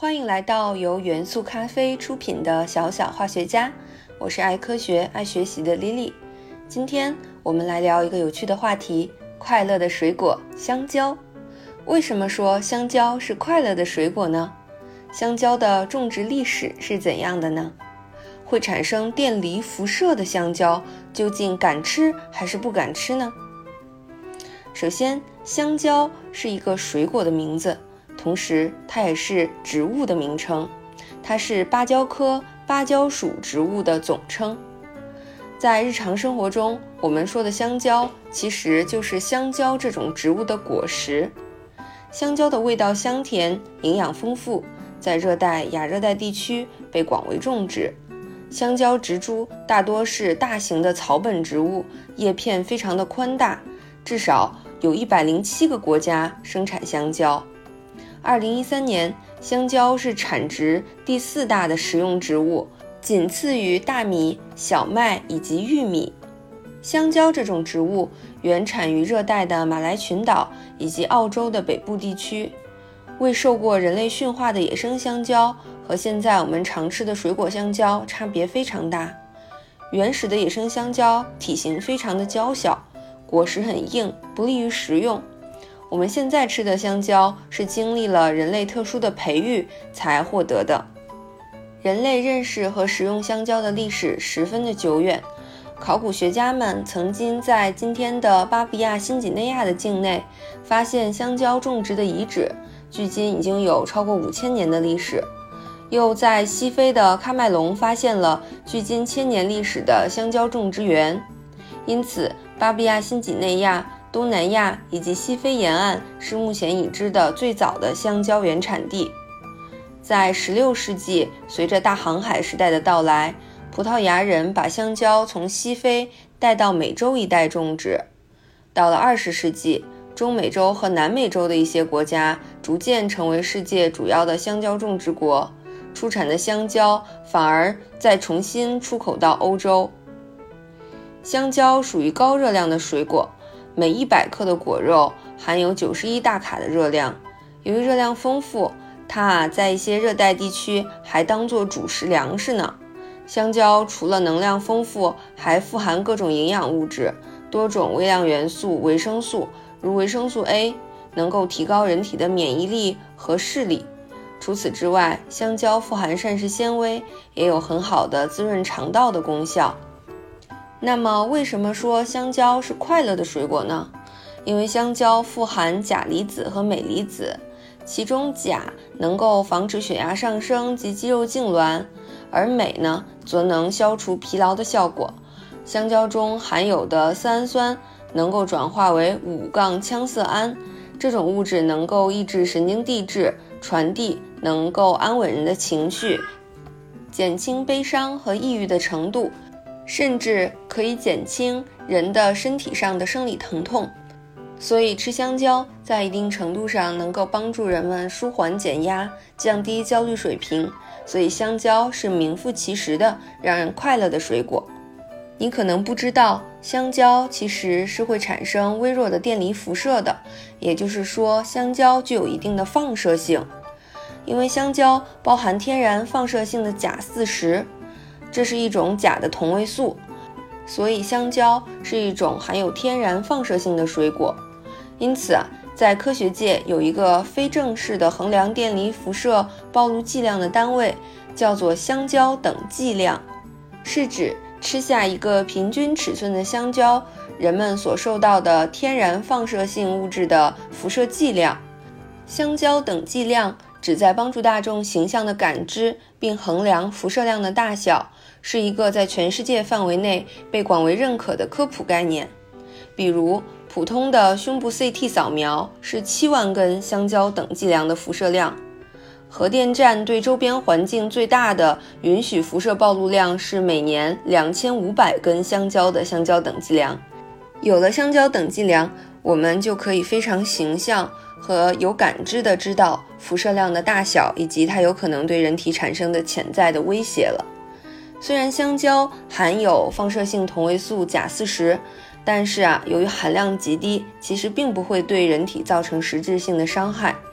欢迎来到由元素咖啡出品的小小化学家，我是爱科学爱学习的 Lily。 今天我们来聊一个有趣的话题，快乐的水果香蕉。为什么说香蕉是快乐的水果呢？香蕉的种植历史是怎样的呢？会产生电离辐射的香蕉究竟敢吃还是不敢吃呢？首先，香蕉是一个水果的名字，同时它也是植物的名称，它是芭蕉科芭蕉属植物的总称。在日常生活中，我们说的香蕉其实就是香蕉这种植物的果实。香蕉的味道香甜，营养丰富，在热带、亚热带地区被广为种植。香蕉植株大多是大型的草本植物，叶片非常的宽大，至少有107个国家生产香蕉。2013年，香蕉是产值第4大的食用植物，仅次于大米、小麦以及玉米。香蕉这种植物原产于热带的马来群岛以及澳洲的北部地区。未受过人类驯化的野生香蕉和现在我们常吃的水果香蕉差别非常大。原始的野生香蕉体型非常的娇小，果实很硬，不利于食用。我们现在吃的香蕉是经历了人类特殊的培育才获得的。人类认识和食用香蕉的历史十分的久远，考古学家们曾经在今天的巴布亚新几内亚的境内发现香蕉种植的遗址，距今已经有超过5000年的历史。又在西非的喀麦隆发现了距今1000年历史的香蕉种植园。因此，巴布亚新几内亚、东南亚以及西非沿岸是目前已知的最早的香蕉原产地。在16世纪，随着大航海时代的到来，葡萄牙人把香蕉从西非带到美洲一带种植。到了20世纪，中美洲和南美洲的一些国家逐渐成为世界主要的香蕉种植国，出产的香蕉反而再重新出口到欧洲。香蕉属于高热量的水果，每100克的果肉含有91大卡的热量。由于热量丰富，它在一些热带地区还当作主食粮食呢。香蕉除了能量丰富，还富含各种营养物质，多种微量元素、维生素，如维生素 A， 能够提高人体的免疫力和视力。除此之外，香蕉富含膳食纤维，也有很好的滋润肠道的功效。那么为什么说香蕉是快乐的水果呢？因为香蕉富含钾离子和镁离子，其中钾能够防止血压上升及肌肉痉挛，而镁呢则能消除疲劳的效果。香蕉中含有的色氨酸能够转化为5-羟色胺，这种物质能够抑制神经递质传递，能够安稳人的情绪，减轻悲伤和抑郁的程度，甚至可以减轻人的身体上的生理疼痛。所以吃香蕉在一定程度上能够帮助人们舒缓减压，降低焦虑水平，所以香蕉是名副其实的让人快乐的水果。你可能不知道，香蕉其实是会产生微弱的电离辐射的，也就是说香蕉具有一定的放射性。因为香蕉包含天然放射性的钾40，这是一种钾的同位素，所以香蕉是一种含有天然放射性的水果。因此在科学界有一个非正式的衡量电离辐射暴露剂量的单位，叫做香蕉等剂量，是指吃下一个平均尺寸的香蕉，人们所受到的天然放射性物质的辐射剂量。香蕉等剂量旨在帮助大众形象的感知并衡量辐射量的大小，是一个在全世界范围内被广为认可的科普概念。比如普通的胸部 CT 扫描是7万根香蕉等剂量的辐射量，核电站对周边环境最大的允许辐射暴露量是每年2500根香蕉的香蕉等剂量。有了香蕉等剂量，我们就可以非常形象和有感知地知道辐射量的大小以及它有可能对人体产生的潜在的威胁了。虽然香蕉含有放射性同位素钾40，但是由于含量极低，其实并不会对人体造成实质性的伤害。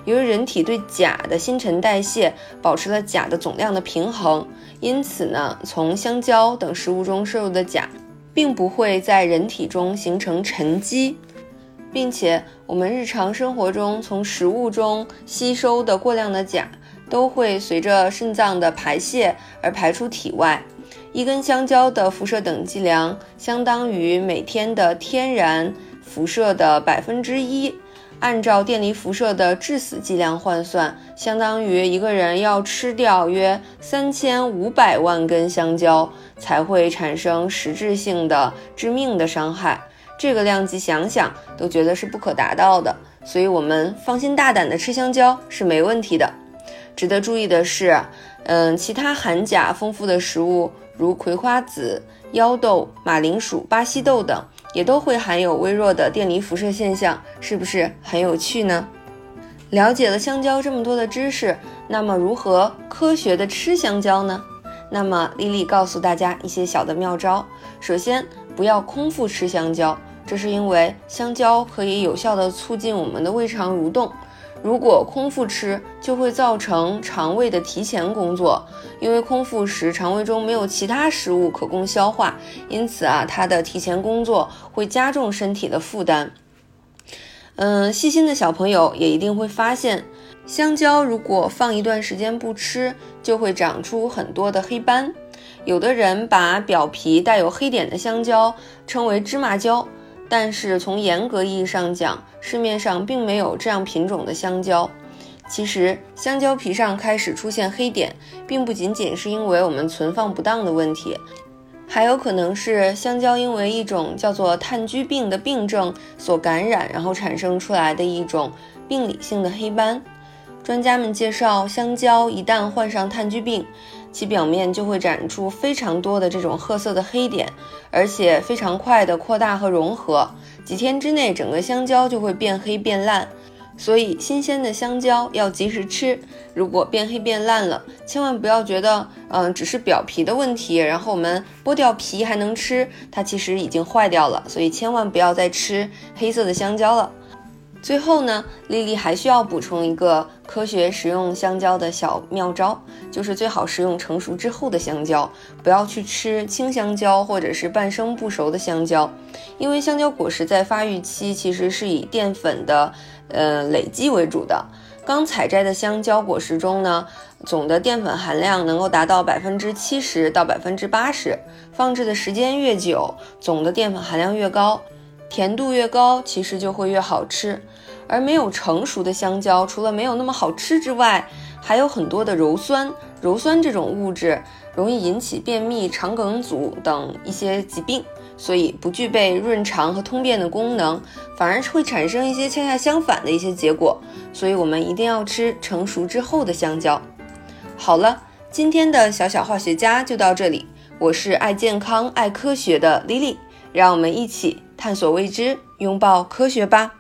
由于人体对钾的新陈代谢保持了钾的总量的平衡，因此呢，从香蕉等食物中摄入的钾并不会在人体中形成沉积，并且我们日常生活中从食物中吸收的过量的钾都会随着肾脏的排泄而排出体外。一根香蕉的辐射等级量相当于每天的天然辐射的1%，按照电离辐射的致死剂量换算，相当于一个人要吃掉约3500万根香蕉才会产生实质性的致命的伤害。这个量级想想都觉得是不可达到的，所以我们放心大胆的吃香蕉是没问题的。值得注意的是，其他含钾丰富的食物如葵花籽、腰豆、马铃薯、巴西豆等也都会含有微弱的电离辐射现象，是不是很有趣呢？了解了香蕉这么多的知识，那么如何科学的吃香蕉呢？那么丽丽告诉大家一些小的妙招。首先，不要空腹吃香蕉，这是因为香蕉可以有效的促进我们的胃肠蠕动。如果空腹吃，就会造成肠胃的提前工作，因为空腹时肠胃中没有其他食物可供消化，因此它的提前工作会加重身体的负担。细心的小朋友也一定会发现，香蕉如果放一段时间不吃，就会长出很多的黑斑。有的人把表皮带有黑点的香蕉称为芝麻蕉，但是从严格意义上讲，市面上并没有这样品种的香蕉。其实香蕉皮上开始出现黑点，并不仅仅是因为我们存放不当的问题，还有可能是香蕉因为一种叫做炭疽病的病症所感染，然后产生出来的一种病理性的黑斑。专家们介绍，香蕉一旦患上炭疽病，其表面就会长出非常多的这种褐色的黑点，而且非常快的扩大和融合，几天之内整个香蕉就会变黑变烂。所以新鲜的香蕉要及时吃，如果变黑变烂了，千万不要觉得只是表皮的问题，然后我们剥掉皮还能吃，它其实已经坏掉了，所以千万不要再吃黑色的香蕉了。最后呢，丽丽还需要补充一个科学食用香蕉的小妙招，就是最好食用成熟之后的香蕉，不要去吃青香蕉或者是半生不熟的香蕉，因为香蕉果实在发育期其实是以淀粉的累积为主的。刚采摘的香蕉果实中呢，总的淀粉含量能够达到70%到80%，放置的时间越久，总的淀粉含量越高，甜度越高，其实就会越好吃。而没有成熟的香蕉，除了没有那么好吃之外，还有很多的鞣酸。鞣酸这种物质容易引起便秘、肠梗阻等一些疾病，所以不具备润肠和通便的功能，反而会产生一些恰恰相反的一些结果。所以我们一定要吃成熟之后的香蕉。好了，今天的小小化学家就到这里，我是爱健康、爱科学的 Lily，让我们一起探索未知，拥抱科学吧。